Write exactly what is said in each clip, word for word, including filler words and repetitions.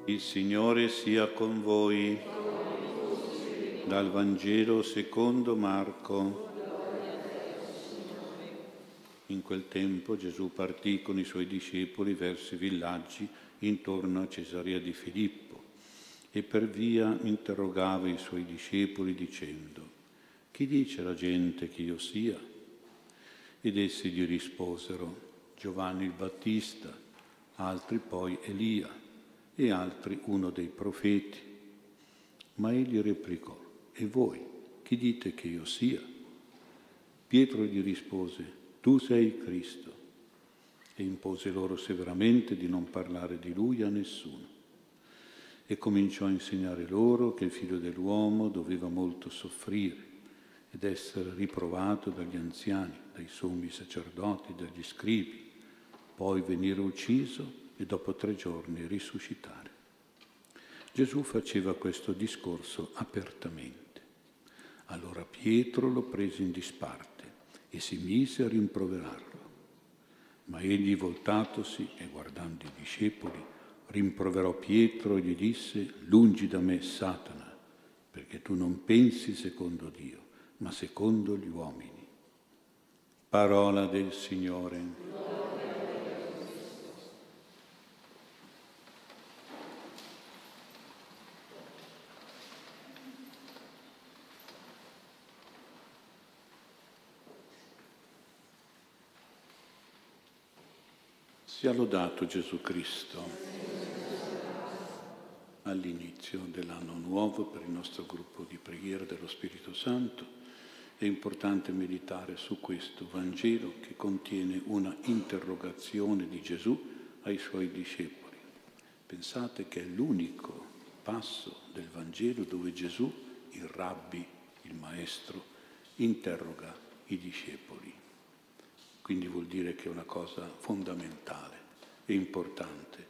Il Signore sia con voi. Dal Vangelo secondo Marco. In quel tempo Gesù partì con i suoi discepoli verso i villaggi intorno a Cesarea di Filippo e per via interrogava i suoi discepoli dicendo: «Chi dice la gente che io sia?» Ed essi gli risposero: «Giovanni il Battista, altri poi Elia e altri uno dei profeti». Ma egli replicò: «E voi, chi dite che io sia?» Pietro gli rispose: «Tu sei Cristo». E impose loro severamente di non parlare di lui a nessuno. E cominciò a insegnare loro che il Figlio dell'uomo doveva molto soffrire ed essere riprovato dagli anziani, dai sommi sacerdoti, dagli scribi, poi venire ucciso e dopo tre giorni risuscitare. Gesù faceva questo discorso apertamente. Allora Pietro lo prese in disparte e si mise a rimproverarlo. Ma egli, voltatosi e guardando i discepoli, rimproverò Pietro e gli disse: «Lungi da me, Satana, perché tu non pensi secondo Dio, ma secondo gli uomini». Parola del Signore. Sia lodato Gesù Cristo. All'inizio dell'anno nuovo, per il nostro gruppo di preghiera dello Spirito Santo, è importante meditare su questo Vangelo che contiene una interrogazione di Gesù ai suoi discepoli. Pensate che è l'unico passo del Vangelo dove Gesù, il Rabbi, il Maestro, interroga i discepoli. Quindi vuol dire che è una cosa fondamentale e importante.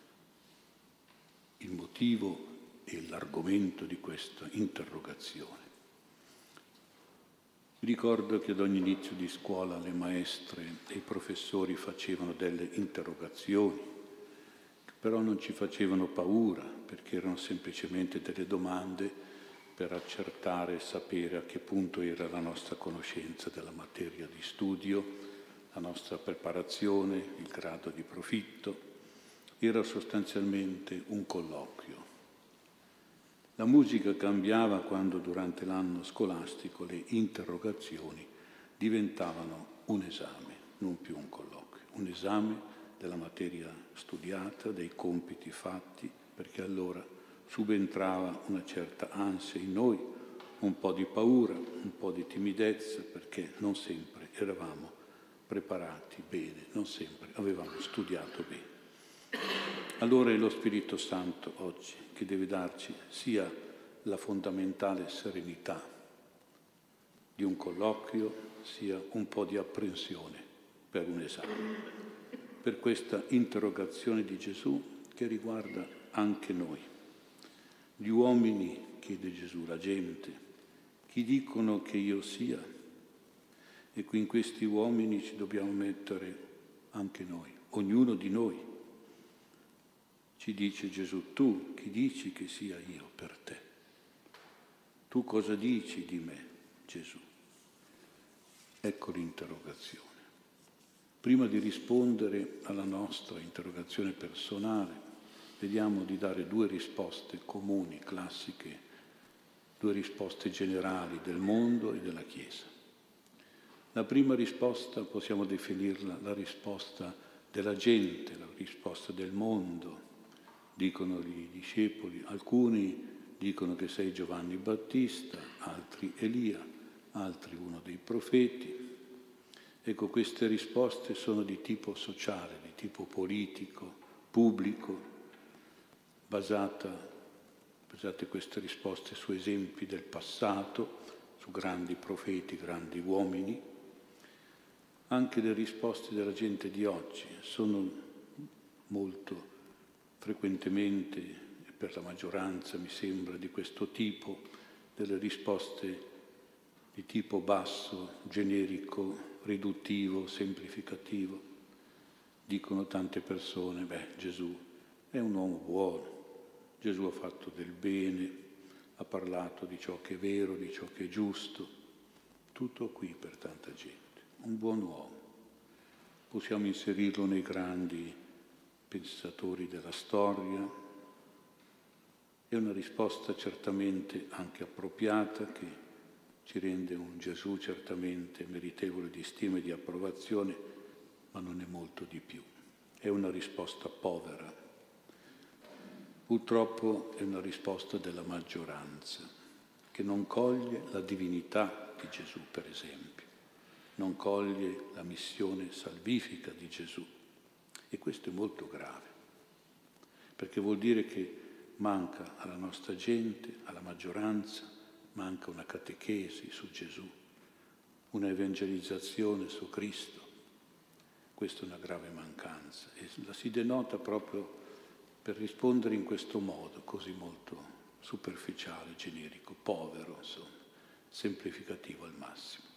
Il motivo e l'argomento di questa interrogazione. Ricordo che ad ogni inizio di scuola le maestre e i professori facevano delle interrogazioni, però non ci facevano paura, perché erano semplicemente delle domande per accertare e sapere a che punto era la nostra conoscenza della materia di studio, la nostra preparazione, il grado di profitto. Era sostanzialmente un colloquio. La musica cambiava quando durante l'anno scolastico le interrogazioni diventavano un esame, non più un colloquio, un esame della materia studiata, dei compiti fatti, perché allora subentrava una certa ansia in noi, un po' di paura, un po' di timidezza, perché non sempre eravamo preparati bene, non sempre avevamo studiato bene. Allora è lo Spirito Santo oggi che deve darci sia la fondamentale serenità di un colloquio, sia un po' di apprensione per un esame, per questa interrogazione di Gesù che riguarda anche noi. Gli uomini, chiede Gesù, la gente, chi dicono che io sia? E qui in questi uomini ci dobbiamo mettere anche noi, ognuno di noi. Ci dice Gesù: tu chi dici che sia io per te? Tu cosa dici di me, Gesù? Ecco l'interrogazione. Prima di rispondere alla nostra interrogazione personale, vediamo di dare due risposte comuni, classiche, due risposte generali del mondo e della Chiesa. La prima risposta possiamo definirla la risposta della gente, la risposta del mondo. Dicono i discepoli, alcuni dicono che sei Giovanni Battista, altri Elia, altri uno dei profeti. Ecco, queste risposte sono di tipo sociale, di tipo politico, pubblico, basata, basate queste risposte su esempi del passato, su grandi profeti, grandi uomini. Anche le risposte della gente di oggi sono molto frequentemente, e per la maggioranza mi sembra di questo tipo, delle risposte di tipo basso, generico, riduttivo, semplificativo. Dicono tante persone: beh, Gesù è un uomo buono, Gesù ha fatto del bene, ha parlato di ciò che è vero, di ciò che è giusto, tutto qui per tanta gente, un buon uomo. Possiamo inserirlo nei grandi pensatori della storia. È una risposta certamente anche appropriata, che ci rende un Gesù certamente meritevole di stima e di approvazione, ma non è molto di più. È una risposta povera. Purtroppo è una risposta della maggioranza, che non coglie la divinità di Gesù, per esempio, non coglie la missione salvifica di Gesù. E questo è molto grave, perché vuol dire che manca alla nostra gente, alla maggioranza, manca una catechesi su Gesù, una evangelizzazione su Cristo. Questa è una grave mancanza e la si denota proprio per rispondere in questo modo così molto superficiale, generico, povero, insomma, semplificativo al massimo.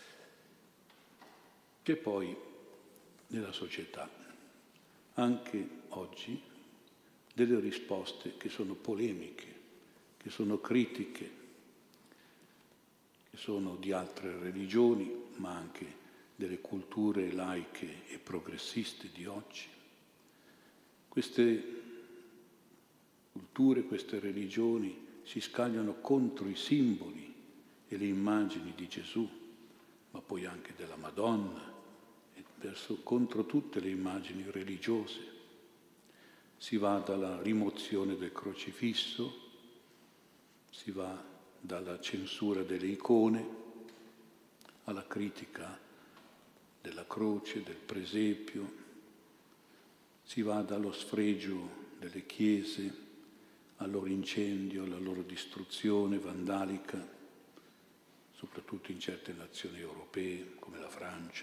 E poi nella società, anche oggi, delle risposte che sono polemiche, che sono critiche, che sono di altre religioni, ma anche delle culture laiche e progressiste di oggi. Queste culture, queste religioni si scagliano contro i simboli e le immagini di Gesù, ma poi anche della Madonna, e verso, contro tutte le immagini religiose. Si va dalla rimozione del crocifisso, si va dalla censura delle icone alla critica della croce, del presepio, si va dallo sfregio delle chiese al loro incendio, alla loro distruzione vandalica, soprattutto in certe nazioni europee come la Francia,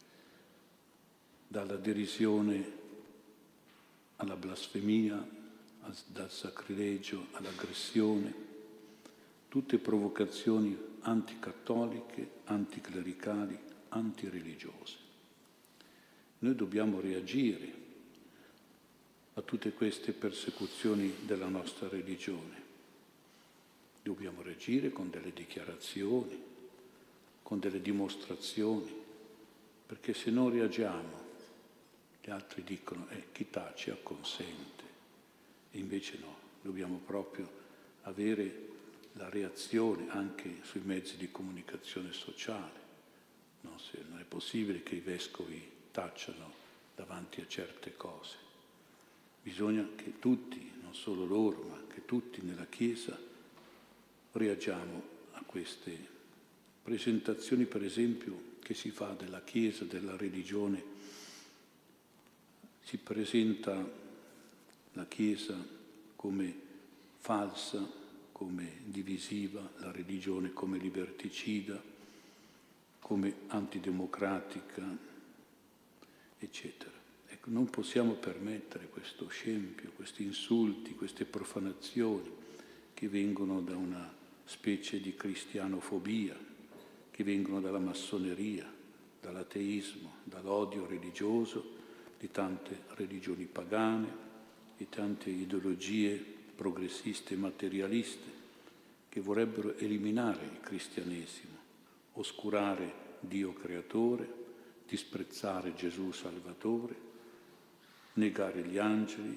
dalla derisione alla blasfemia, dal sacrilegio all'aggressione, tutte provocazioni anticattoliche, anticlericali, antireligiose. Noi dobbiamo reagire a tutte queste persecuzioni della nostra religione. Dobbiamo reagire con delle dichiarazioni, con delle dimostrazioni, perché se non reagiamo, gli altri dicono eh, chi tace acconsente, e invece no, dobbiamo proprio avere la reazione anche sui mezzi di comunicazione sociale. Non, se, non è possibile che i vescovi tacciano davanti a certe cose. Bisogna che tutti, non solo loro, ma che tutti nella Chiesa reagiamo a queste presentazioni, per esempio, che si fa della Chiesa, della religione. Si presenta la Chiesa come falsa, come divisiva, la religione come liberticida, come antidemocratica, eccetera. Ecco, non possiamo permettere questo scempio, questi insulti, queste profanazioni che vengono da una specie di cristianofobia, che vengono dalla massoneria, dall'ateismo, dall'odio religioso di tante religioni pagane, di tante ideologie progressiste e materialiste che vorrebbero eliminare il cristianesimo, oscurare Dio creatore, disprezzare Gesù Salvatore, negare gli angeli,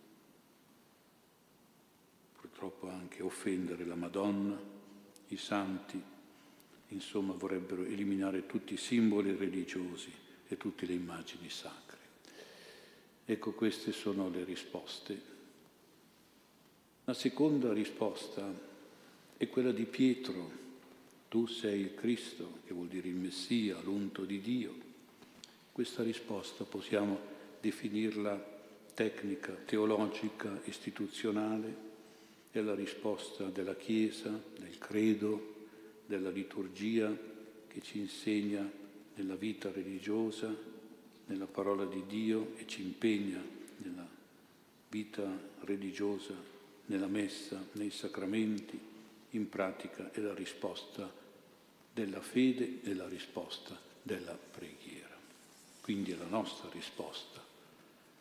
purtroppo anche offendere la Madonna, i santi, insomma vorrebbero eliminare tutti i simboli religiosi e tutte le immagini sacre. Ecco, queste sono le risposte. La seconda risposta è quella di Pietro: tu sei il Cristo, che vuol dire il Messia, l'unto di Dio. Questa risposta possiamo definirla tecnica, teologica, istituzionale, è la risposta della Chiesa, del credo, della liturgia che ci insegna nella vita religiosa, nella parola di Dio e ci impegna nella vita religiosa, nella messa, nei sacramenti. In pratica è la risposta della fede e la risposta della preghiera. Quindi è la nostra risposta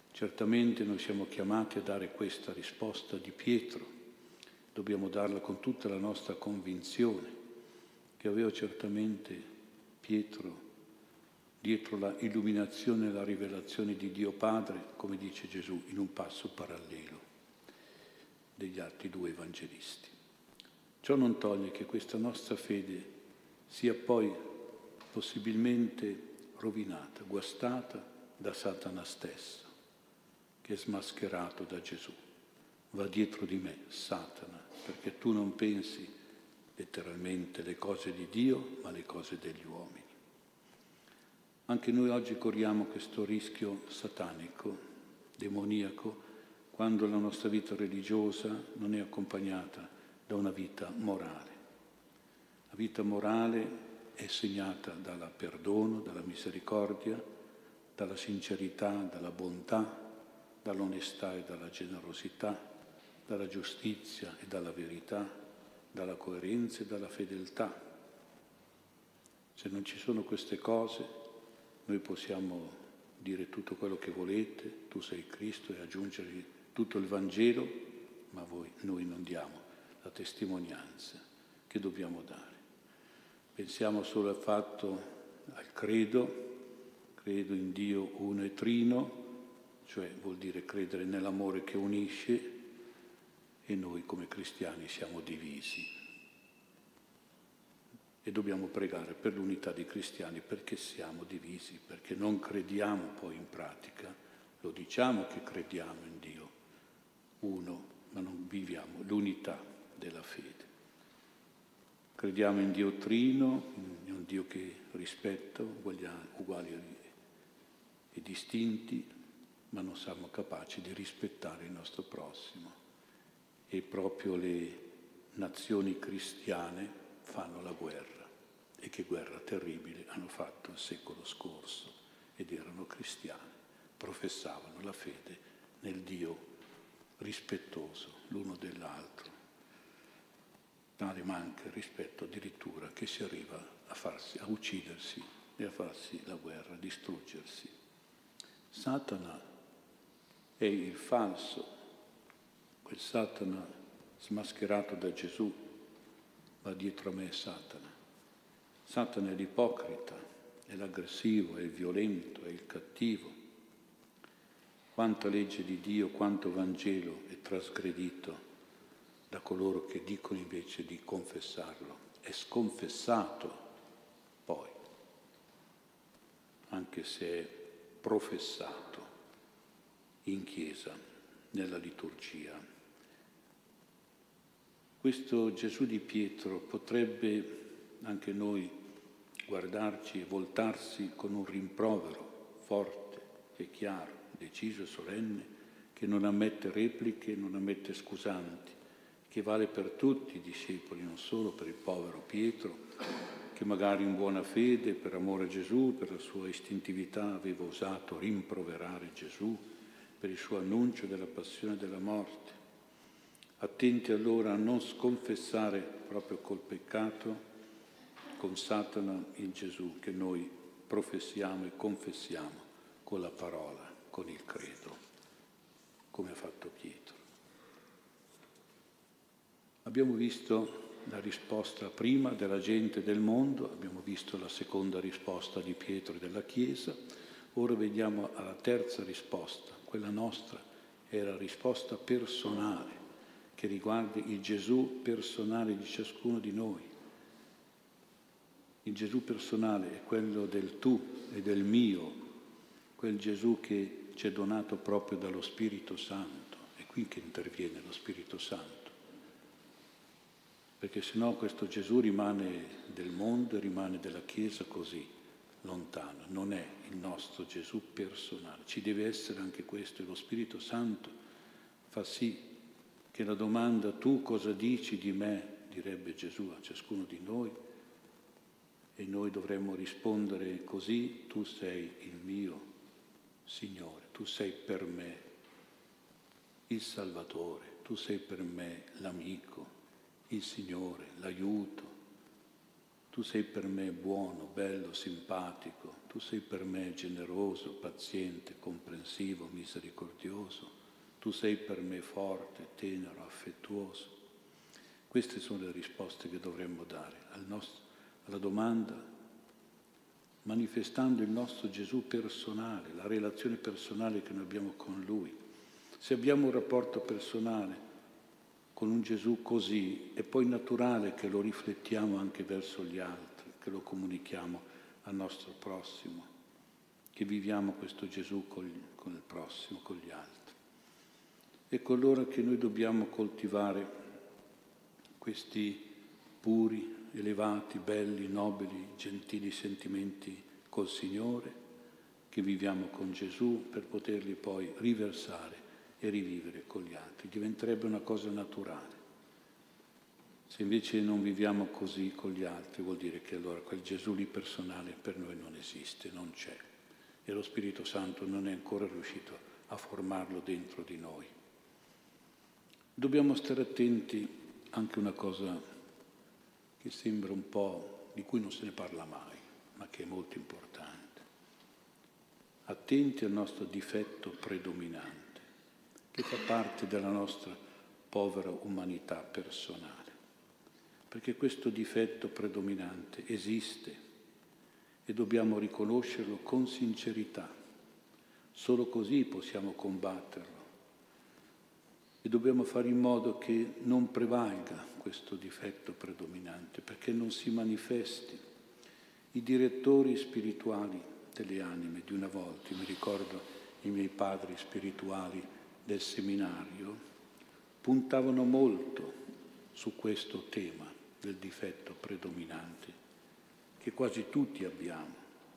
Certamente noi siamo chiamati a dare questa risposta di Pietro, dobbiamo darla con tutta la nostra convinzione, che aveva certamente Pietro dietro la illuminazione e la rivelazione di Dio Padre, come dice Gesù, in un passo parallelo degli altri due evangelisti. Ciò non toglie che questa nostra fede sia poi possibilmente rovinata, guastata da Satana stesso, che è smascherato da Gesù. Va dietro di me, Satana, perché tu non pensi letteralmente le cose di Dio, ma le cose degli uomini. Anche noi oggi corriamo questo rischio satanico, demoniaco, quando la nostra vita religiosa non è accompagnata da una vita morale. La vita morale è segnata dal perdono, dalla misericordia, dalla sincerità, dalla bontà, dall'onestà e dalla generosità, dalla giustizia e dalla verità, dalla coerenza e dalla fedeltà. Se non ci sono queste cose, noi possiamo dire tutto quello che volete, tu sei Cristo, e aggiungergli tutto il Vangelo, ma voi, noi non diamo la testimonianza che dobbiamo dare. Pensiamo solo al fatto, al credo, credo in Dio uno e trino, cioè vuol dire credere nell'amore che unisce, e noi come cristiani siamo divisi. E dobbiamo pregare per l'unità dei cristiani perché siamo divisi, perché non crediamo poi in pratica, lo diciamo che crediamo in Dio uno, ma non viviamo l'unità della fede. Crediamo in Dio trino, in un Dio che rispetta, uguali e distinti, ma non siamo capaci di rispettare il nostro prossimo. E proprio le nazioni cristiane fanno la guerra. E che guerra terribile hanno fatto il secolo scorso, ed erano cristiani, professavano la fede nel Dio rispettoso l'uno dell'altro. Tale manca il rispetto addirittura che si arriva a farsi, a uccidersi e a farsi la guerra, a distruggersi. Satana è il falso, quel Satana smascherato da Gesù, va dietro a me Satana. Satana è l'ipocrita, è l'aggressivo, è il violento, è il cattivo. Quanta legge di Dio, quanto Vangelo è trasgredito da coloro che dicono invece di confessarlo. È sconfessato poi, anche se è professato in Chiesa, nella liturgia. Questo Gesù di Pietro potrebbe anche noi guardarci e voltarsi con un rimprovero forte e chiaro, deciso e solenne, che non ammette repliche, non ammette scusanti, che vale per tutti i discepoli, non solo per il povero Pietro, che magari in buona fede, per amore a Gesù, per la sua istintività, aveva osato rimproverare Gesù per il suo annuncio della passione e della morte. Attenti allora a non sconfessare proprio col peccato, con Satana, il Gesù che noi professiamo e confessiamo con la parola, con il credo, come ha fatto Pietro. Abbiamo visto la risposta prima della gente del mondo, abbiamo visto la seconda risposta di Pietro e della Chiesa, ora vediamo alla terza risposta, quella nostra è la risposta personale, che riguarda il Gesù personale di ciascuno di noi. Il Gesù personale è quello del tu e del mio, quel Gesù che ci è donato proprio dallo Spirito Santo. È qui che interviene lo Spirito Santo. Perché sennò questo Gesù rimane del mondo e rimane della Chiesa così, lontano. Non è il nostro Gesù personale. Ci deve essere anche questo, e lo Spirito Santo fa sì che la domanda tu cosa dici di me, direbbe Gesù a ciascuno di noi, e noi dovremmo rispondere così: tu sei il mio Signore, tu sei per me il Salvatore, tu sei per me l'amico, il Signore, l'aiuto, tu sei per me buono, bello, simpatico, tu sei per me generoso, paziente, comprensivo, misericordioso, tu sei per me forte, tenero, affettuoso. Queste sono le risposte che dovremmo dare al nostro, alla domanda, manifestando il nostro Gesù personale, la relazione personale che noi abbiamo con Lui. Se abbiamo un rapporto personale con un Gesù così, è poi naturale che lo riflettiamo anche verso gli altri, che lo comunichiamo al nostro prossimo, che viviamo questo Gesù con il prossimo, con gli altri. Ecco allora che noi dobbiamo coltivare questi puri, elevati, belli, nobili, gentili sentimenti col Signore, che viviamo con Gesù per poterli poi riversare e rivivere con gli altri. Diventerebbe una cosa naturale. Se invece non viviamo così con gli altri, vuol dire che allora quel Gesù lì personale per noi non esiste, non c'è. E lo Spirito Santo non è ancora riuscito a formarlo dentro di noi. Dobbiamo stare attenti anche a una cosa che sembra un po', di cui non se ne parla mai, ma che è molto importante. Attenti al nostro difetto predominante, che fa parte della nostra povera umanità personale. Perché questo difetto predominante esiste e dobbiamo riconoscerlo con sincerità. Solo così possiamo combatterlo. E dobbiamo fare in modo che non prevalga questo difetto predominante, perché non si manifesti. I direttori spirituali delle anime di una volta, mi ricordo i miei padri spirituali del seminario, puntavano molto su questo tema del difetto predominante, che quasi tutti abbiamo.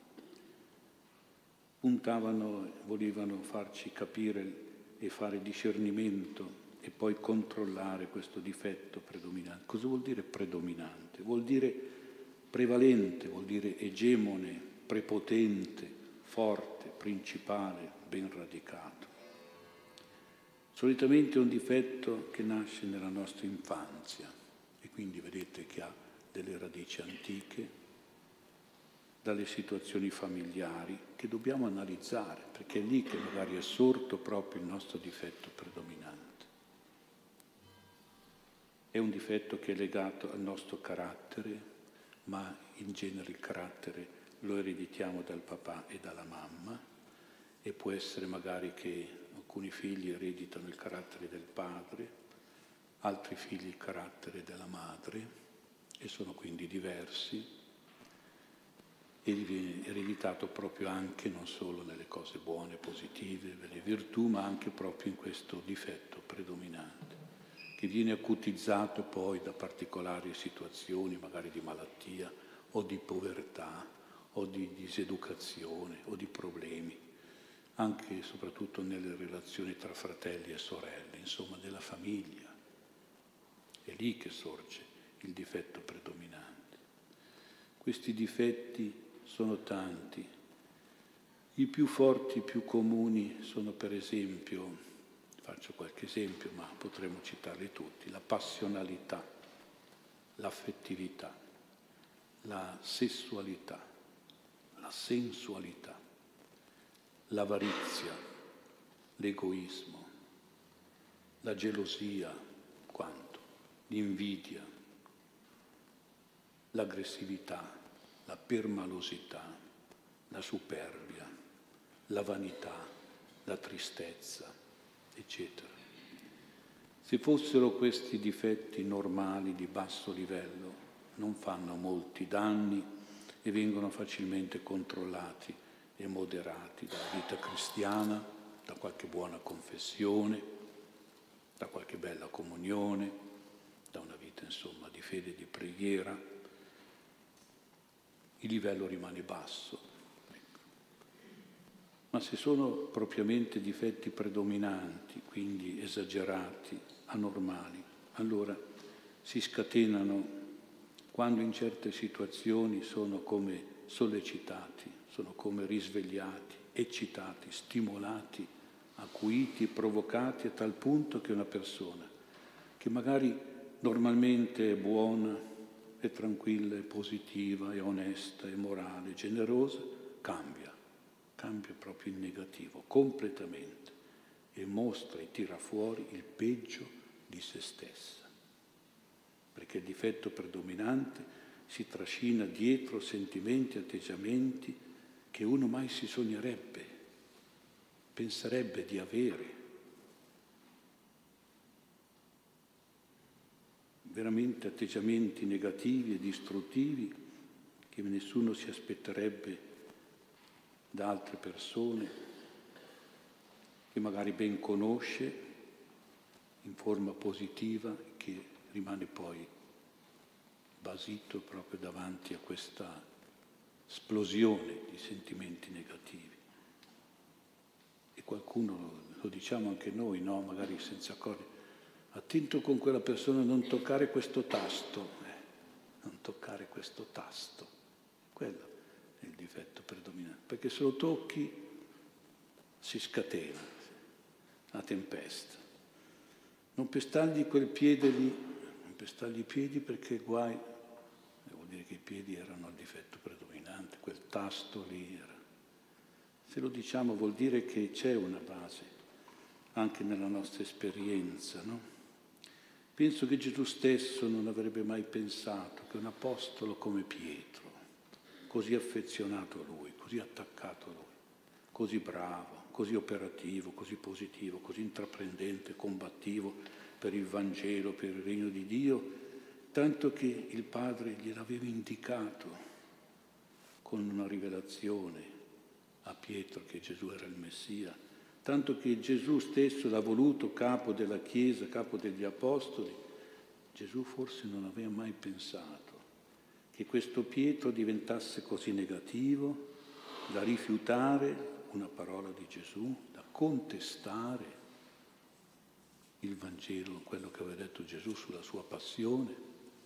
Puntavano, volevano farci capire e fare discernimento e poi controllare questo difetto predominante. Cosa vuol dire predominante? Vuol dire prevalente, vuol dire egemone, prepotente, forte, principale, ben radicato. Solitamente è un difetto che nasce nella nostra infanzia e quindi vedete che ha delle radici antiche, dalle situazioni familiari che dobbiamo analizzare, perché è lì che magari è sorto proprio il nostro difetto predominante. È un difetto che è legato al nostro carattere, ma in genere il carattere lo ereditiamo dal papà e dalla mamma, e può essere magari che alcuni figli ereditano il carattere del padre, altri figli il carattere della madre, e sono quindi diversi. E viene ereditato proprio anche non solo nelle cose buone, positive, nelle virtù, ma anche proprio in questo difetto predominante, che viene acutizzato poi da particolari situazioni, magari di malattia o di povertà o di diseducazione o di problemi, anche e soprattutto nelle relazioni tra fratelli e sorelle, insomma nella famiglia. È lì che sorge il difetto predominante. Questi difetti sono tanti. I più forti, i più comuni sono per esempio, faccio qualche esempio, ma potremmo citarli tutti, la passionalità, l'affettività, la sessualità, la sensualità, l'avarizia, l'egoismo, la gelosia, quanto, l'invidia, l'aggressività, la permalosità, la superbia, la vanità, la tristezza, eccetera. Se fossero questi difetti normali di basso livello, non fanno molti danni e vengono facilmente controllati e moderati dalla vita cristiana, da qualche buona confessione, da qualche bella comunione, da una vita insomma di fede e di preghiera. Il livello rimane basso. Ecco. Ma se sono propriamente difetti predominanti, quindi esagerati, anormali, allora si scatenano quando in certe situazioni sono come sollecitati, sono come risvegliati, eccitati, stimolati, acuiti, provocati a tal punto che una persona che magari normalmente è buona, è tranquilla, è positiva, è onesta, è morale, è generosa, cambia, cambia proprio in negativo, completamente, e mostra e tira fuori il peggio di se stessa. Perché il difetto predominante si trascina dietro sentimenti, atteggiamenti che uno mai si sognerebbe, penserebbe di avere. Veramente atteggiamenti negativi e distruttivi che nessuno si aspetterebbe da altre persone, che magari ben conosce in forma positiva, che rimane poi basito proprio davanti a questa esplosione di sentimenti negativi. E qualcuno, lo diciamo anche noi, no? Magari senza accorgere, attento con quella persona a non toccare questo tasto, eh, non toccare questo tasto, quello è il difetto predominante, perché se lo tocchi si scatena la tempesta. Non pestargli quel piede lì, non pestargli i piedi perché guai, vuol dire che i piedi erano il difetto predominante, quel tasto lì era. Se lo diciamo vuol dire che c'è una base anche nella nostra esperienza, no? Penso che Gesù stesso non avrebbe mai pensato che un apostolo come Pietro, così affezionato a lui, così attaccato a lui, così bravo, così operativo, così positivo, così intraprendente, combattivo per il Vangelo, per il regno di Dio, tanto che il Padre gliel'aveva indicato con una rivelazione a Pietro che Gesù era il Messia, tanto che Gesù stesso l'ha voluto capo della Chiesa, capo degli Apostoli. Gesù forse non aveva mai pensato che questo Pietro diventasse così negativo da rifiutare una parola di Gesù, da contestare il Vangelo, quello che aveva detto Gesù sulla sua passione.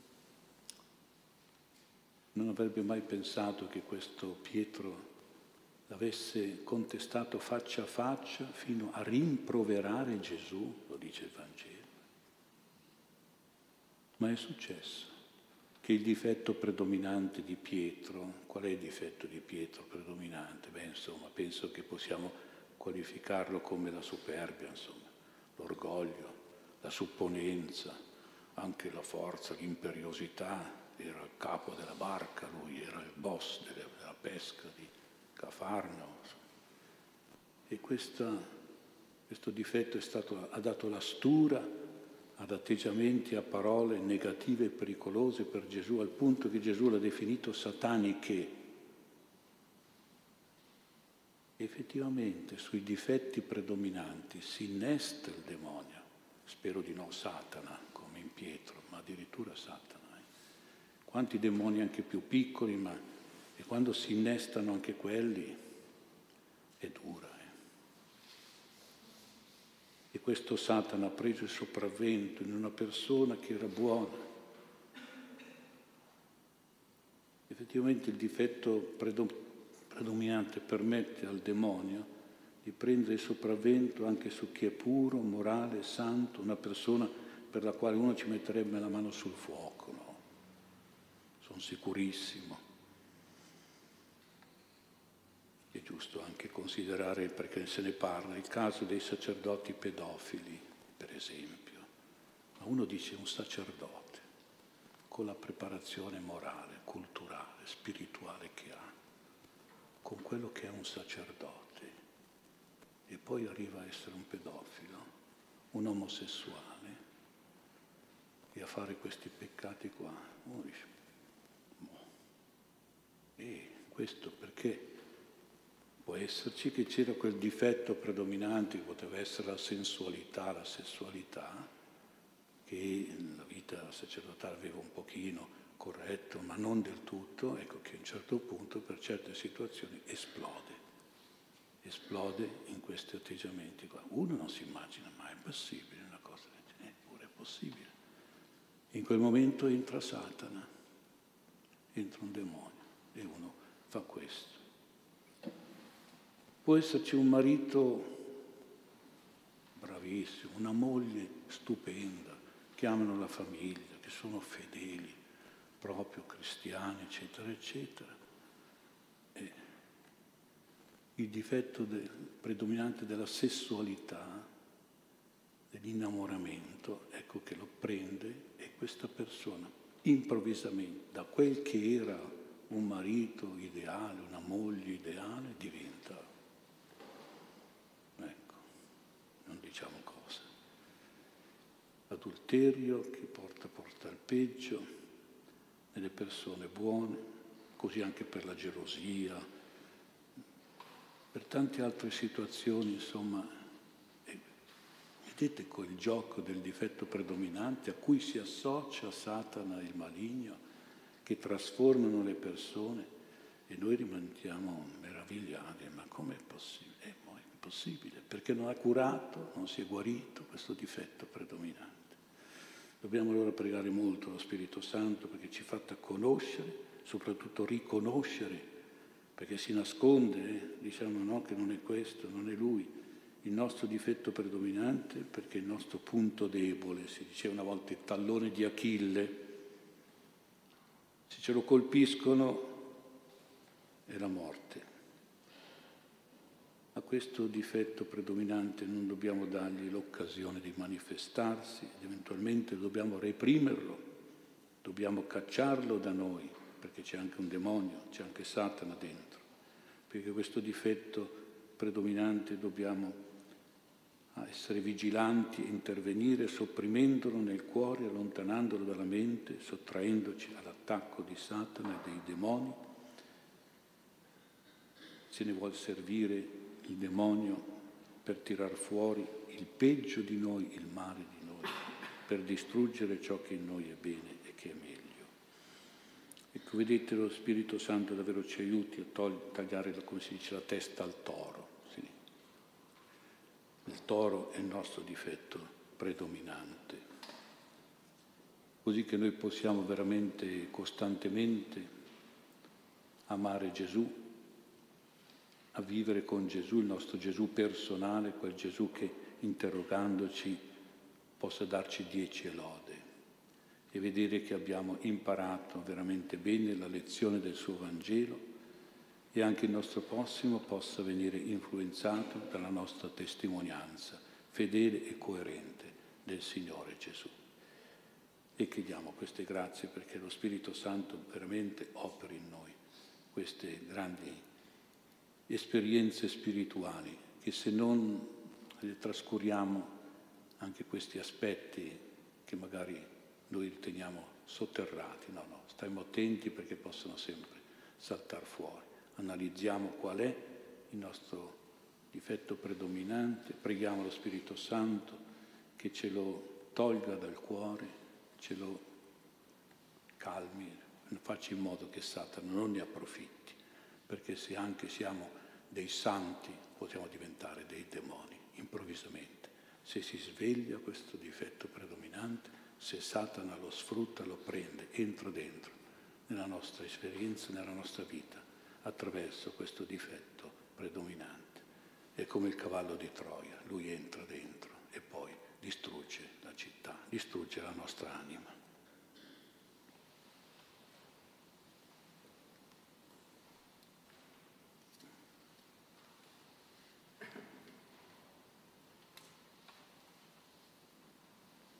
Non avrebbe mai pensato che questo Pietro l'avesse contestato faccia a faccia fino a rimproverare Gesù, lo dice il Vangelo. Ma è successo che il difetto predominante di Pietro, qual è il difetto di Pietro predominante? Beh, insomma, penso che possiamo qualificarlo come la superbia, insomma, l'orgoglio, la supponenza, anche la forza, l'imperiosità. Era il capo della barca, lui era il boss della, della pesca di Cafarnao. E questa, questo difetto è stato, ha dato la stura ad atteggiamenti, a parole negative e pericolose per Gesù, al punto che Gesù l'ha definito sataniche. Effettivamente sui difetti predominanti si innesta il demonio, spero di no Satana, come in Pietro, ma addirittura Satana. Eh. Quanti demoni anche più piccoli, ma e quando si innestano anche quelli è dura. E questo Satana ha preso il sopravvento in una persona che era buona. Effettivamente il difetto predominante permette al demonio di prendere il sopravvento anche su chi è puro, morale, santo, una persona per la quale uno ci metterebbe la mano sul fuoco, no? Sono sicurissimo. È giusto anche considerare, perché se ne parla, il caso dei sacerdoti pedofili, per esempio. Ma uno dice un sacerdote, con la preparazione morale, culturale, spirituale che ha, con quello che è un sacerdote, e poi arriva a essere un pedofilo, un omosessuale, e a fare questi peccati qua. Uno dice, boh. E questo perché? Può esserci che c'era quel difetto predominante, che poteva essere la sensualità, la sessualità, che la vita sacerdotale aveva un pochino corretto, ma non del tutto, ecco che a un certo punto, per certe situazioni, esplode. Esplode in questi atteggiamenti qua. Uno non si immagina mai, è possibile una cosa del genere, eppure è possibile. In quel momento entra Satana, entra un demonio, e uno fa questo. Può esserci un marito bravissimo, una moglie stupenda, che amano la famiglia, che sono fedeli, proprio cristiani, eccetera, eccetera. E il difetto de- predominante della sessualità, dell'innamoramento, ecco che lo prende e questa persona improvvisamente, da quel che era un marito ideale, una moglie ideale, diventa, ecco, non diciamo cosa. Adulterio che porta, porta al peggio nelle persone buone, così anche per la gelosia, per tante altre situazioni, insomma. Vedete quel gioco del difetto predominante a cui si associa Satana e il maligno, che trasformano le persone e noi rimaniamo meravigliati. Ma com'è possibile? È impossibile, perché non ha curato, non si è guarito questo difetto predominante. Dobbiamo allora pregare molto lo Spirito Santo perché ci faccia conoscere, soprattutto riconoscere, perché si nasconde, eh? diciamo no, che non è questo, non è lui. Il nostro difetto predominante, perché il nostro punto debole, si diceva una volta il tallone di Achille, se ce lo colpiscono è la morte. A questo difetto predominante non dobbiamo dargli l'occasione di manifestarsi, ed eventualmente dobbiamo reprimerlo, dobbiamo cacciarlo da noi, perché c'è anche un demonio, c'è anche Satana dentro, perché questo difetto predominante dobbiamo essere vigilanti, intervenire sopprimendolo nel cuore, allontanandolo dalla mente, sottraendoci all'attacco di Satana e dei demoni. Se ne vuol servire il demonio per tirar fuori il peggio di noi, il male di noi, per distruggere ciò che in noi è bene e che è meglio. Ecco, vedete, lo Spirito Santo davvero ci aiuti a togli- tagliare, come si dice, la testa al toro. Il toro è il nostro difetto predominante, così che noi possiamo veramente costantemente amare Gesù, a vivere con Gesù, il nostro Gesù personale, quel Gesù che interrogandoci possa darci dieci lode e vedere che abbiamo imparato veramente bene la lezione del suo Vangelo e anche il nostro prossimo possa venire influenzato dalla nostra testimonianza fedele e coerente del Signore Gesù. E chiediamo queste grazie perché lo Spirito Santo veramente operi in noi queste grandi esperienze spirituali che se non le trascuriamo anche questi aspetti che magari noi riteniamo sotterrati, no, no, stiamo attenti perché possono sempre saltare fuori. Analizziamo qual è il nostro difetto predominante, preghiamo lo Spirito Santo che ce lo tolga dal cuore, ce lo calmi, faccia in modo che Satana non ne approfitti, perché se anche siamo dei santi possiamo diventare dei demoni improvvisamente. Se si sveglia questo difetto predominante, se Satana lo sfrutta, lo prende, entra dentro nella nostra esperienza, nella nostra vita, attraverso questo difetto predominante. È come il cavallo di Troia, lui entra dentro e poi distrugge la città, distrugge la nostra anima.